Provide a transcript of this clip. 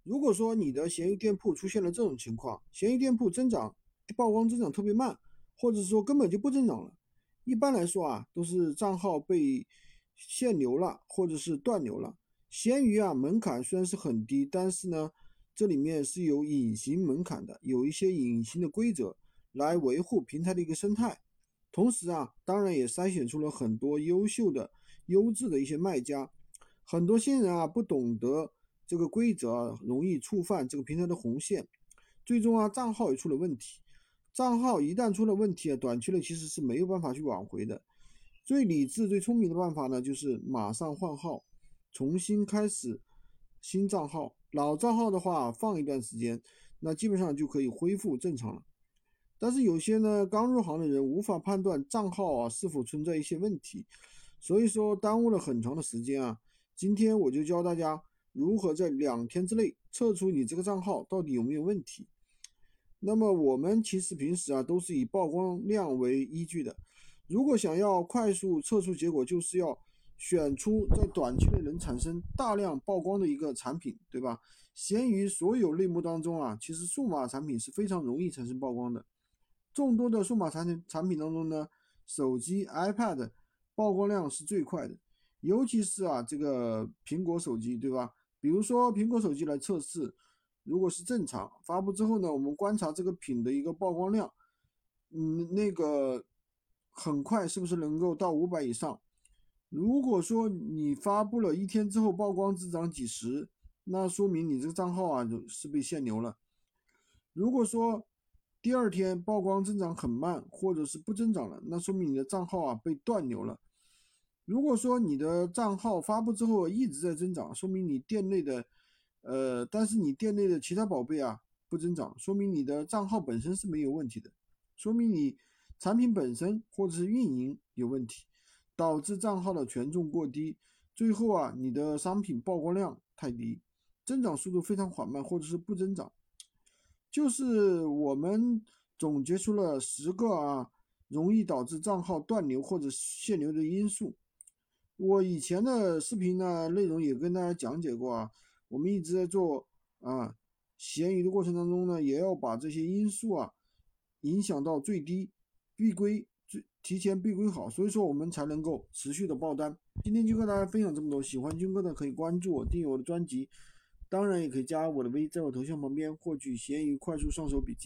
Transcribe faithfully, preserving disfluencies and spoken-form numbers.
如果说你的闲鱼店铺出现了这种情况，闲鱼店铺增长曝光增长特别慢，或者说根本就不增长了，一般来说啊，都是账号被限流了，或者是断流了。闲鱼啊，门槛虽然是很低，但是呢，这里面是有隐形门槛的，有一些隐形的规则来维护平台的一个生态。同时啊，当然也筛选出了很多优秀的、优质的一些卖家。很多新人啊，不懂得这个规则啊，容易触犯这个平台的红线，最终啊，账号也出了问题。账号一旦出了问题啊，短期内其实是没有办法去挽回的。最理智、最聪明的办法呢，就是马上换号，重新开始新账号。老账号的话，放一段时间，那基本上就可以恢复正常了。但是有些呢，刚入行的人无法判断账号啊是否存在一些问题，所以说耽误了很长的时间啊。今天我就教大家如何在两天之内测出你这个账号到底有没有问题。那么我们其实平时啊都是以曝光量为依据的，如果想要快速测出结果，就是要选出在短期内能产生大量曝光的一个产品，对吧？闲鱼所有类目当中啊，其实数码产品是非常容易产生曝光的。众多的数码产品产品当中呢，手机 iPad 曝光量是最快的，尤其是啊这个苹果手机，对吧？比如说苹果手机来测试，如果是正常发布之后呢，我们观察这个品的一个曝光量，嗯，那个很快是不是能够到五百以上？如果说你发布了一天之后曝光只涨几十，那说明你这个账号啊是被限流了。如果说第二天曝光增长很慢，或者是不增长了，那说明你的账号啊被断流了。如果说你的账号发布之后一直在增长，说明你店内的，呃，但是你店内的其他宝贝啊不增长，说明你的账号本身是没有问题的，说明你产品本身或者是运营有问题，导致账号的权重过低，最后啊你的商品曝光量太低，增长速度非常缓慢，或者是不增长。就是我们总结出了十个啊容易导致账号断流或者限流的因素。我以前的视频呢内容也跟大家讲解过啊，我们一直在做啊闲鱼的过程当中呢，也要把这些因素啊影响到最低，递归最提前递归好，所以说我们才能够持续的爆单。今天就跟大家分享这么多，喜欢军哥的可以关注我，订阅我的专辑，当然也可以加我的微，在我头像旁边获取闲鱼快速上手笔记。